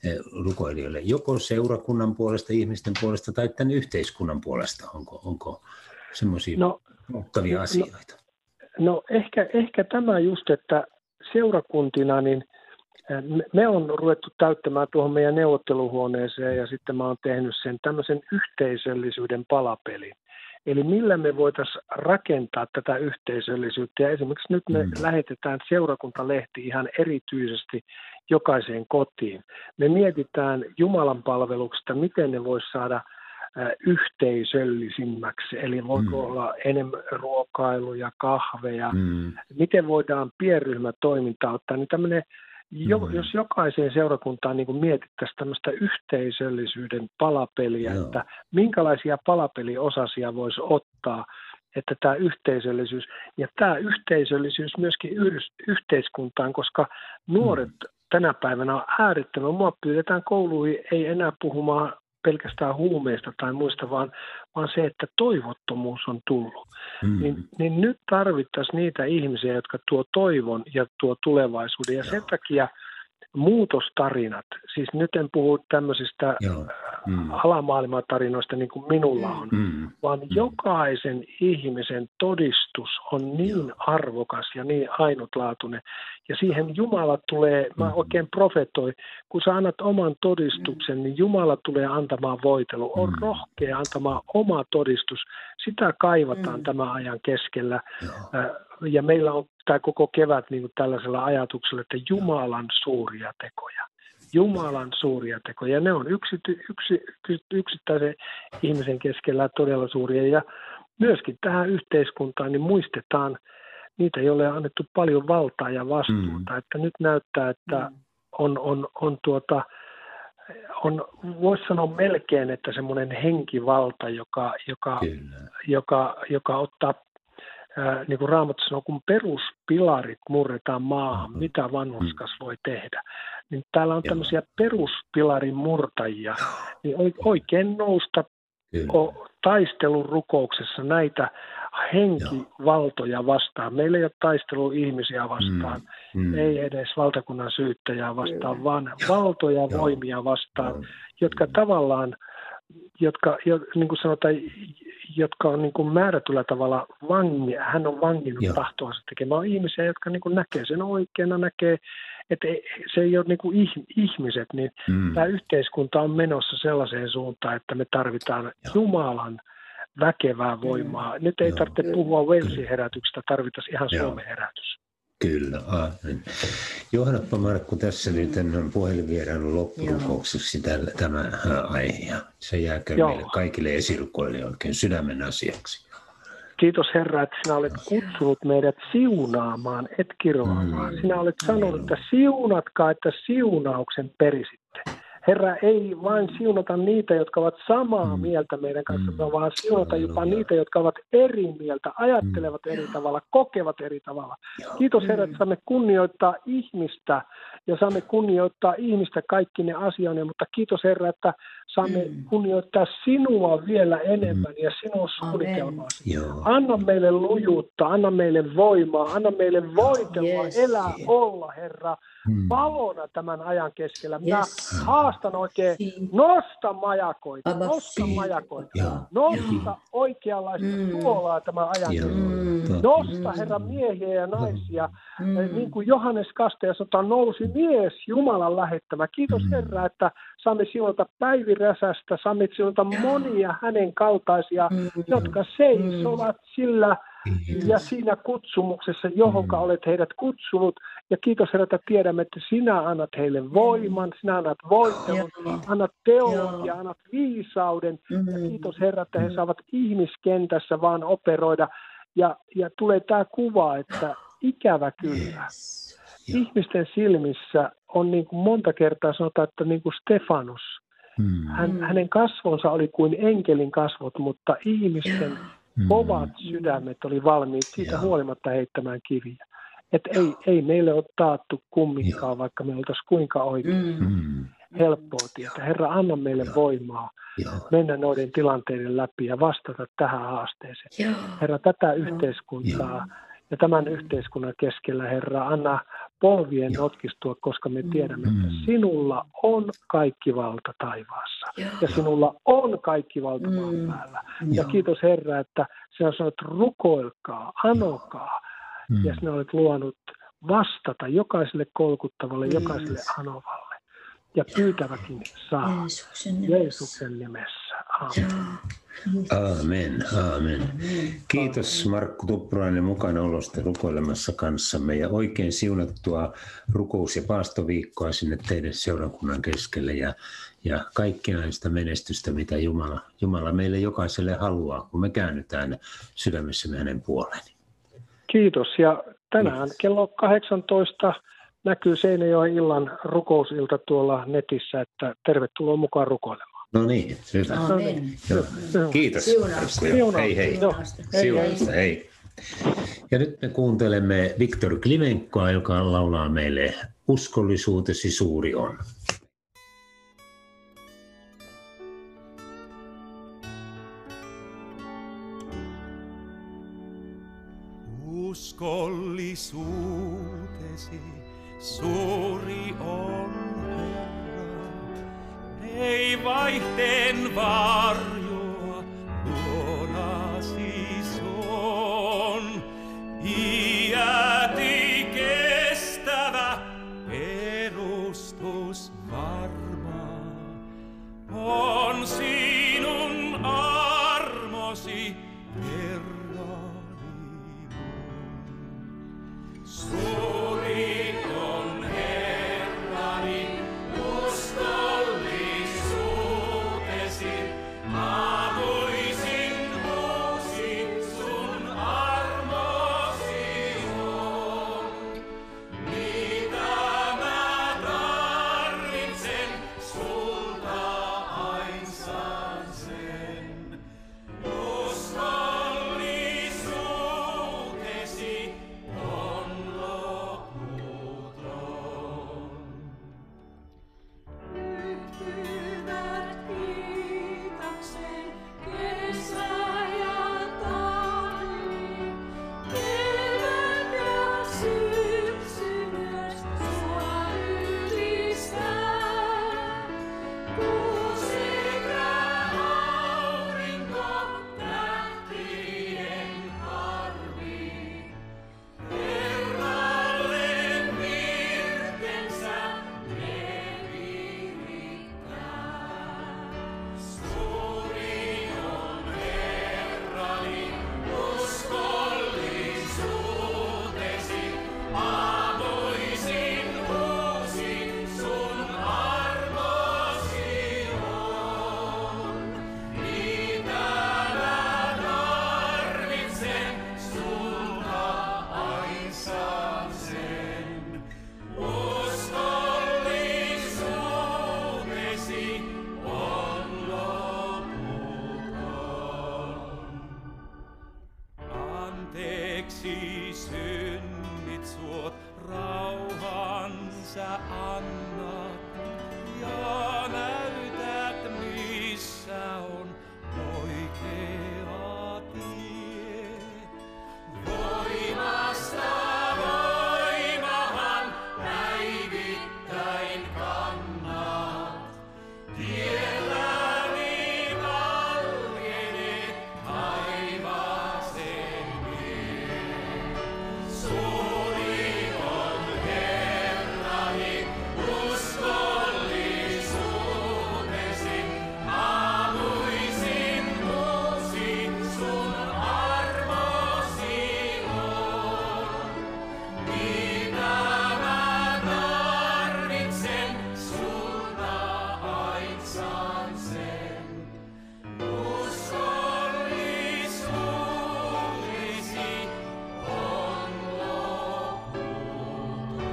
joko seurakunnan puolesta, ihmisten puolesta tai tämän yhteiskunnan puolesta? Onko semmoisia muuttavia asioita? No ehkä tämä just, että seurakuntina niin me on ruvettu täyttämään tuohon meidän neuvotteluhuoneeseen ja sitten mä oon tehnyt sen tämmöisen yhteisöllisyyden palapelin. Eli millä me voitaisiin rakentaa tätä yhteisöllisyyttä. Ja esimerkiksi nyt me lähetetään seurakuntalehti ihan erityisesti jokaiseen kotiin. Me mietitään Jumalan palveluksesta, miten ne voisi saada yhteisöllisimmäksi. Eli voiko olla enemmän ruokailuja, kahveja. Miten voidaan pienryhmätoimintaa ottaa. Niin tämmöinen, jos jokaiseen seurakuntaan niin mietittäisiin tämmöistä yhteisöllisyyden palapeliä, että minkälaisia palapeliosasia voisi ottaa, että tämä yhteisöllisyys, ja tämä yhteisöllisyys myöskin yhteiskuntaan, koska nuoret tänä päivänä on äärettömän, mua pyydetään kouluihin ei enää puhumaan pelkästään huumeista tai muista, vaan se, että toivottomuus on tullut. Niin nyt tarvittaisiin niitä ihmisiä, jotka tuo toivon ja tuo tulevaisuuden. Ja sen takia muutostarinat, siis nyt en puhu tämmöisistä alamaailmatarinoista niin kuin minulla on, vaan jokaisen ihmisen todistus on niin arvokas ja niin ainutlaatuinen. Ja siihen Jumala tulee, mä oikein profetoin, kun sä annat oman todistuksen, niin Jumala tulee antamaan voitelu. On rohkea antamaan oma todistus. Sitä kaivataan tämän ajan keskellä. Ja meillä on tämä koko kevät niin kuin tällaisella ajatuksella, että Jumalan suuria tekoja. Jumalan suuria tekoja. Ne on yksittäisen ihmisen keskellä todella suuria. Ja myöskin tähän yhteiskuntaan niin muistetaan niitä, joille on annettu paljon valtaa ja vastuuta. Että nyt näyttää, että on voisi sanoa melkein, että semmoinen henkivalta, joka ottaa, niin kuin Raamattu sanoo, kun peruspilarit murretaan maahan, mitä vanhurskas voi tehdä. Niin täällä on tämmöisiä peruspilarin murtajia, niin oikein nousta taistelun rukouksessa näitä henkivaltoja vastaan. Meillä ei ole taistelua ihmisiä vastaan, ei edes valtakunnan syyttäjää vastaan, vaan valtoja voimia vastaan, jotka tavallaan niin kuin sanotaan, jotka on niin kuin määrätyllä tavalla hän on vanginnut tahtoansa tekemään. On ihmisiä, jotka niin kuin näkee sen oikeana, näkee, että se ei ole niin kuin ihmiset, niin tämä yhteiskunta on menossa sellaiseen suuntaan, että me tarvitaan Jumalan väkevää voimaa. Nyt ei tarvitse puhua Walesin herätyksestä, tarvitaan ihan Suomen herätys. Kyllä, aamen. Johdappa Markku tässä nyt puhelinvierailun loppurukoukseksi tämä aihe. Ja se jääkö meille kaikille esirukoille oikein sydämen asiaksi. Kiitos Herra, että sinä olet kutsunut meidät siunaamaan, et kiroamaan. Sinä olet sanonut, että siunatkaa, että siunauksen perisitte. Herra, ei vain siunata niitä, jotka ovat samaa mieltä meidän kanssa, vaan siunata jopa niitä, jotka ovat eri mieltä, ajattelevat eri tavalla, kokevat eri tavalla. Kiitos Herra, että saamme kunnioittaa ihmistä ja saamme kunnioittaa ihmistä kaikki ne asioineen, mutta kiitos Herra, että saamme kunnioittaa sinua vielä enemmän ja sinun suunnitelmaasi. Anna meille lujuutta, anna meille voimaa, anna meille voitelua, elää, olla Herra, valona tämän ajan keskellä. Minä haastan oikein, nosta majakoita, nosta oikeanlaista suolaa tämän ajan keskellä. Nosta Herra miehiä ja naisia, niin kuin Johannes Kastaja sanotaan, nousi mies Jumalan lähettämä. Kiitos Herra, että saamme siunata Päivi Räsästä, saamme siunata monia hänen kaltaisia, jotka seisovat sillä ja siinä kutsumuksessa, johonka olet heidät kutsunut. Ja kiitos Herra, että tiedämme, että sinä annat heille voiman, sinä annat voitelun, annat teologia, annat viisauden. Ja kiitos Herra, että he saavat ihmiskentässä vaan operoida. Ja tulee tämä kuva, että ikävä kyllä. Ihmisten silmissä on niin kuin monta kertaa sanotaan, että niin kuin Stefanus. Hänen kasvonsa oli kuin enkelin kasvot, mutta ihmisten kovat sydämet oli valmiit siitä huolimatta heittämään kiviä. Että ei meille ole taattu kumminkaan, vaikka me oltaisiin kuinka oikein helppoa tietä. Herra, anna meille voimaa mennä noiden tilanteiden läpi ja vastata tähän haasteeseen. Herra, tätä yhteiskuntaa ja tämän yhteiskunnan keskellä, Herra, anna polvien notkistua, koska me tiedämme, että sinulla on kaikki valta taivaassa. Ja sinulla on kaikki valta maan päällä. Ja kiitos Herra, että sinä sanot rukoilkaa, anokaa. Ja sinä olet luonut vastata jokaiselle kolkuttavalle, jokaiselle anovalle. Ja pyytäväkin saa Jeesuksen nimessä. Aamen. Aamen. Kiitos Markku Tuppurainen mukana olosta rukoilemassa kanssamme ja oikein siunattua rukous- ja paastoviikkoa sinne teidän seurakunnan keskelle ja kaikkinaista menestystä, mitä Jumala meille jokaiselle haluaa, kun me käännytään sydämessämme hänen puoleen. Kiitos ja tänään kello 18 näkyy Seinäjoen illan rukousilta tuolla netissä, että tervetuloa mukaan rukoilemaan. No niin, hyvä. Kiitos. Hei hei. Siunausta, hei. Ja nyt me kuuntelemme Viktor Klimenkoa, joka laulaa meille Uskollisuutesi suuri on. Uskollisuutesi suuri on, Herra, ei vaihteen varjoa luonasi on. Iäti kestävä perustus varma on sinun armosi, Herra. Suuri on Herrani, uskollisuutesi. anteeksi synnit suot, rauhan sä annat ja näytät missä on oikea tie. Voimasta voimahan päivittäin kannat, tielläni valkene taivaaseen vie. Suuri on Herrani uskollisuutesi, aamuisin uusin sun armosi on. Mitä mä tarvitsen, sulta aitsaan sen. Uskollisuutesi on loputon.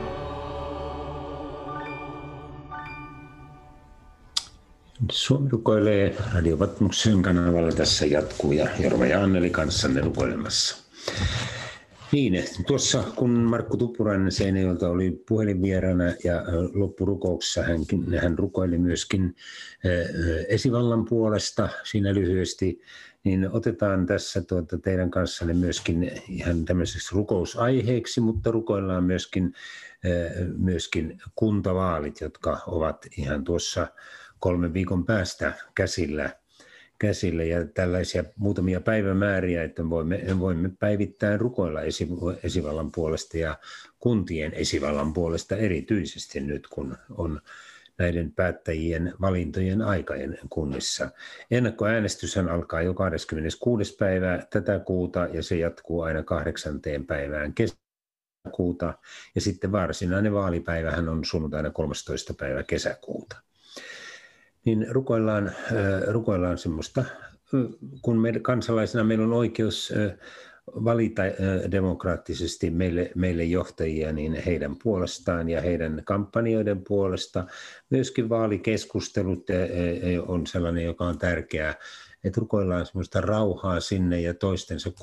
Suomi rukoilee Radio Patmoksen kanavalla tässä jatkuu ja Jorma ja Anneli kanssanne rukoilemassa. Niin, tuossa kun Markku Tuppurainen Seinäjoelta oli puhelinvieraana ja loppurukouksessa hän rukoili myöskin esivallan puolesta siinä lyhyesti, niin otetaan tässä teidän kanssanne myöskin ihan tämmöiseksi rukousaiheeksi, mutta rukoillaan myöskin kuntavaalit, jotka ovat ihan tuossa 3 viikon päästä käsillä ja tällaisia muutamia päivämääriä, että voimme päivittäin rukoilla esivallan puolesta ja kuntien esivallan puolesta erityisesti nyt, kun on näiden päättäjien valintojen aikajen kunnissa. Ennakkoäänestyshän alkaa jo 26. päivää tätä kuuta ja se jatkuu aina 8. päivään kesäkuuta ja sitten varsinainen vaalipäivähän on sunnuntaina 13. päivä kesäkuuta. Niin rukoillaan semmoista, kun me kansalaisina meillä on oikeus valita demokraattisesti meille johtajia, niin heidän puolestaan ja heidän kampanjoiden puolesta. Myöskin vaalikeskustelut on sellainen, joka on tärkeää, että rukoillaan semmoista rauhaa sinne ja toistensa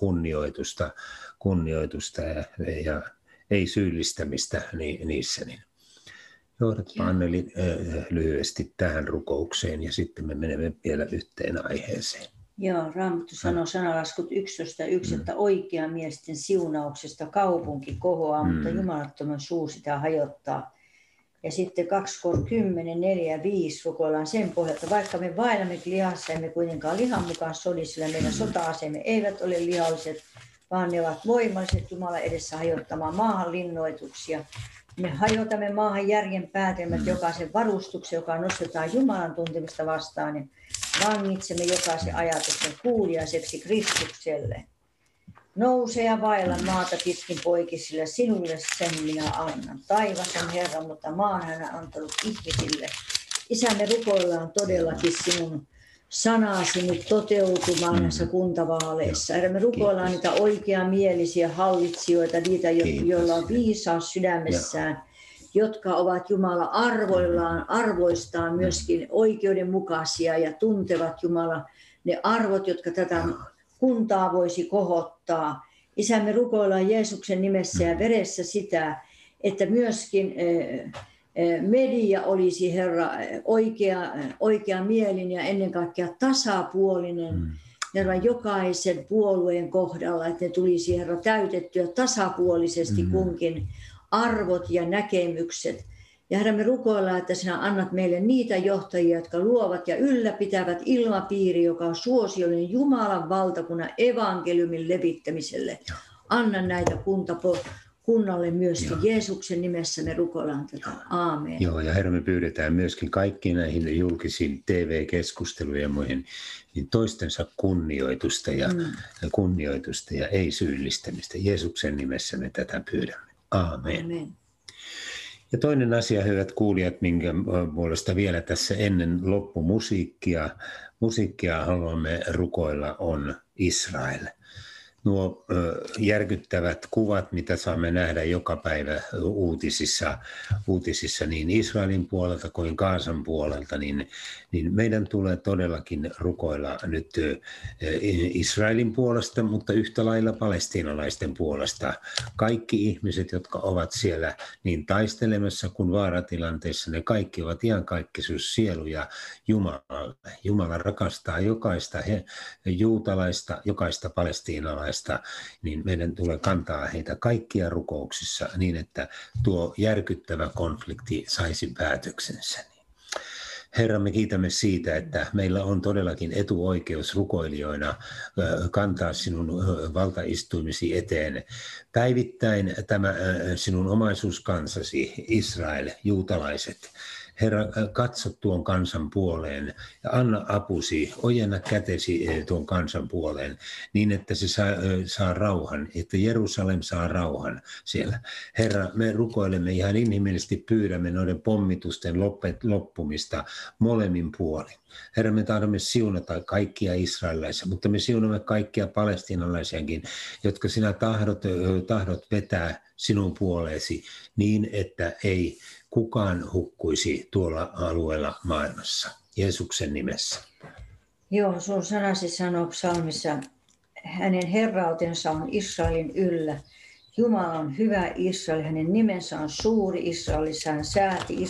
kunnioitusta ja ei syyllistämistä niissä. Niin. Johdatpa Anneli lyhyesti tähän rukoukseen ja sitten me menemme vielä yhteen aiheeseen. Joo, Raamattu sanoo sanalaskut 11.1, että oikeamiesten siunauksesta kaupunki kohoaa, mutta jumalattoman suu sitä hajottaa. Ja sitten 2 Kor 10, 4 ja 5 rukoillaan sen pohjalta, vaikka me vaellamme lihassa, emme kuitenkaan lihan mukaan sodi, sillä meidän sota-aseemme eivät ole lihalliset, vaan ne ovat voimalliset Jumalan edessä hajottamaan maahan linnoituksia. Me hajotamme maahan järjen päätelmät, jokaisen varustuksen, joka nostetaan Jumalan tuntemista vastaan, ja vangitsemme jokaisen ajatuksen kuuliaiseksi Kristukselle. Nouse ja vailla maata pitkin poikki, sillä sinulle sen minä annan. Taivas on Herra, mutta maan hän on antanut ihmisille. Isä, me rukoillaan todellakin sinun sanasi nyt toteutumaan näissä kuntavaaleissa. Me rukoillaan niitä oikeamielisiä hallitsijoita, niitä, joilla on viisaus sydämessään, jotka ovat Jumala arvoistaan myöskin oikeudenmukaisia ja tuntevat Jumala ne arvot, jotka tätä kuntaa voisi kohottaa. Isä, me rukoillaan Jeesuksen nimessä ja veressä sitä, että myöskin media olisi, Herra, oikeamielinen ja ennen kaikkea tasapuolinen Herra, jokaisen puolueen kohdalla, että ne tulisi, Herra, täytettyä tasapuolisesti kunkin arvot ja näkemykset. Ja Herra, me rukoillaan, että sinä annat meille niitä johtajia, jotka luovat ja ylläpitävät ilmapiiri, joka on suosiollinen Jumalan valtakunnan evankeliumin levittämiselle. Anna näitä kunnalle myöskin. Joo. Jeesuksen nimessä me rukoillaan tätä. Aamen. Joo, ja Herra, me pyydetään myöskin kaikkiin näihin julkisiin TV-keskusteluihin ja muihin niin toistensa kunnioitusta ja ei syyllistämistä. Jeesuksen nimessä me tätä pyydämme. Aamen. Amen. Ja toinen asia, hyvät kuulijat, minkä puolesta vielä tässä ennen loppumusiikkia haluamme rukoilla, on Israel. nuo järkyttävät kuvat, mitä saamme nähdä joka päivä uutisissa niin Israelin puolelta kuin Gazan puolelta, niin meidän tulee todellakin rukoilla nyt Israelin puolesta, mutta yhtä lailla palestiinalaisten puolesta. Kaikki ihmiset, jotka ovat siellä niin taistelemassa kuin vaaratilanteessa, ne kaikki ovat iankaikkisuussieluja Jumalalle. Jumala rakastaa jokaista juutalaista, jokaista palestiinalaista, niin meidän tulee kantaa heitä kaikkia rukouksissa niin, että tuo järkyttävä konflikti saisi päätöksensä. Herra, me kiitämme siitä, että meillä on todellakin etuoikeus rukoilijoina kantaa sinun valtaistuimisi eteen päivittäin tämä sinun omaisuuskansasi, Israel, juutalaiset. Herra, katso tuon kansan puoleen ja anna apusi, ojenna kätesi tuon kansan puoleen niin, että se saa rauhan, että Jerusalem saa rauhan siellä. Herra, me rukoilemme ihan inhimillisesti, pyydämme noiden pommitusten loppumista molemmin puolin. Herra, me tahdomme siunata kaikkia israelilaisia, mutta me siunamme kaikkia palestiinalaisiakin, jotka sinä tahdot vetää sinun puoleesi niin, että ei kukaan hukkuisi tuolla alueella maailmassa. Jeesuksen nimessä. Joo, sun sanasi sanoo psalmissa, hänen herrautensa on Israelin yllä. Jumala on hyvä Israel, hänen nimensä on suuri Israelissa, hän sääti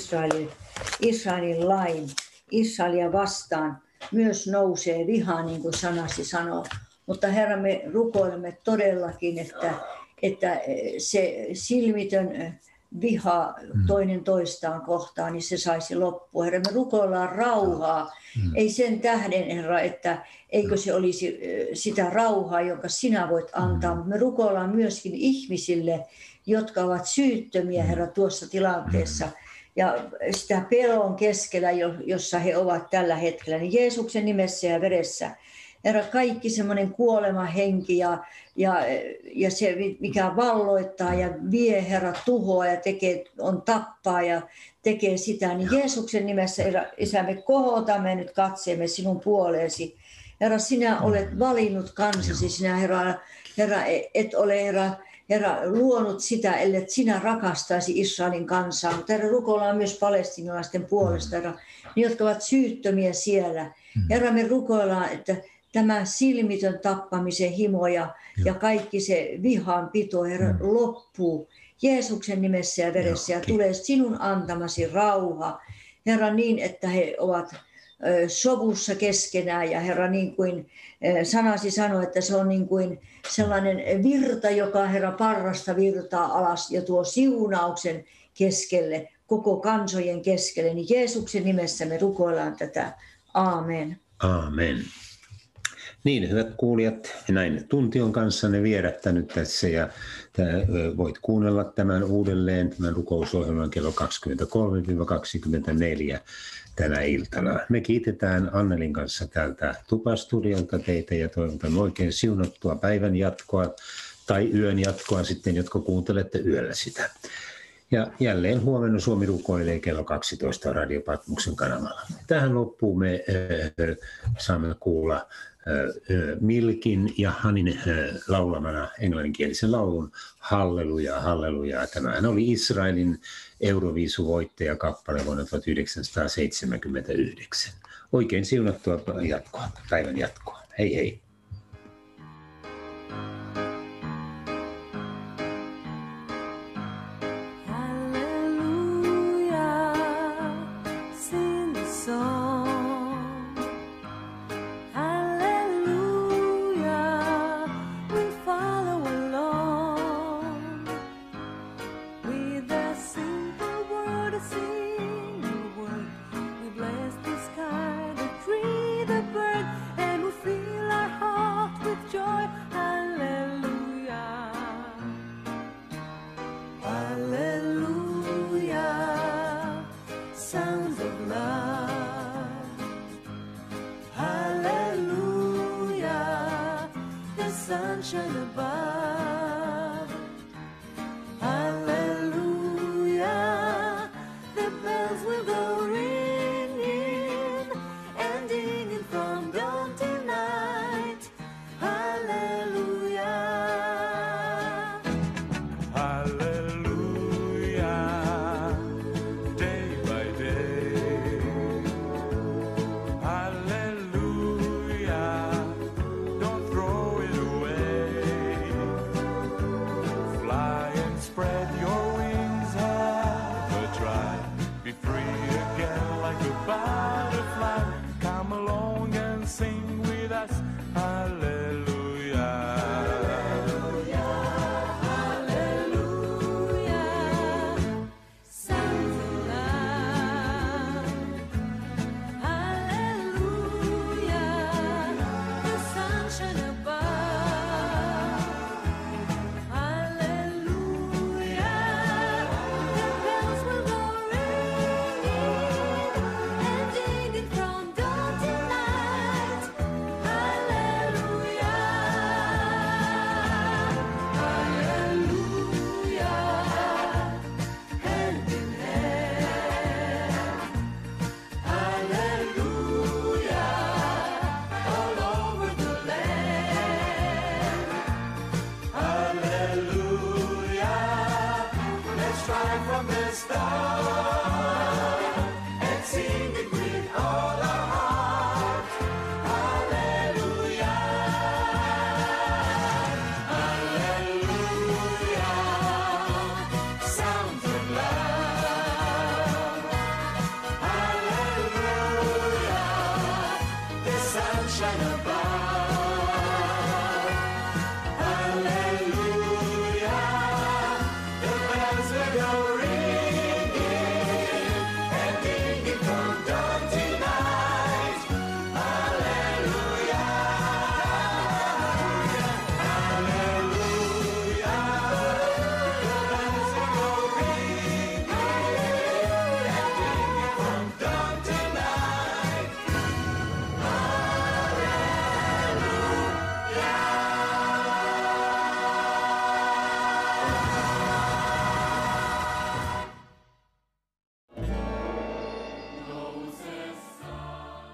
Israelin lain. Israelia vastaan myös nousee viha, niin kuin sanasi sanoo. Mutta Herra, me rukoilemme todellakin, että se silmitön viha toinen toistaan kohtaan, niin se saisi loppua. Herra, me rukoillaan rauhaa. Ei sen tähden, Herra, että eikö se olisi sitä rauhaa, jonka sinä voit antaa, mutta me rukoillaan myöskin ihmisille, jotka ovat syyttömiä, Herra, tuossa tilanteessa. Ja sitä pelon keskellä, jossa he ovat tällä hetkellä, niin Jeesuksen nimessä ja veressä. Herra, kaikki semmoinen kuolemahenki ja se, mikä valloittaa ja vie, Herra, tuhoa ja on tappaa ja tekee sitä, niin Jeesuksen nimessä, Isä, me kohotamme nyt katseemme sinun puoleesi. Herra, sinä olet valinnut kansasi, sinä, Herra, et ole, Herra, luonut sitä, ellei sinä rakastaisi Israelin kansaa. Mutta Herra, rukoillaan myös palestiinalaisten puolesta, Herra, ne, jotka ovat syyttömiä siellä. Herra, me rukoillaan, että tämä silmitön tappamisen himo ja kaikki se vihanpito, Herra, loppuu Jeesuksen nimessä ja veressä ja tulee sinun antamasi rauha, Herra, niin, että he ovat sovussa keskenään ja Herra, niin kuin sanasi sanoi, että se on niin kuin sellainen virta, joka, Herra, parrasta virtaa alas ja tuo siunauksen keskelle, koko kansojen keskelle, niin Jeesuksen nimessä me rukoillaan tätä. Aamen. Aamen. Niin, hyvät kuulijat, näin tunti on kanssanne vierättänyt tässä ja voit kuunnella tämän uudelleen, tämän rukousohjelman kello 23-24 tänä iltana. Me kiitetään Annelin kanssa täältä Tupastudiolta teitä ja toivotan oikein siunattua päivän jatkoa tai yön jatkoa sitten, jotka kuuntelette yöllä sitä. Ja jälleen huomenna Suomi rukoilee kello 12 Radio Patmoksen kanavalla. Tähän loppuun me saamme kuulla Milkin ja Hanin laulamana englanninkielisen laulun Halleluja, halleluja. Tämähän oli Israelin Euroviisuvoittaja kappale vuonna 1979. Oikein siunattua jatkoa, päivän jatkoa. Hei hei. Bless the sky, the tree, the bird, and we feel our hearts. Stars.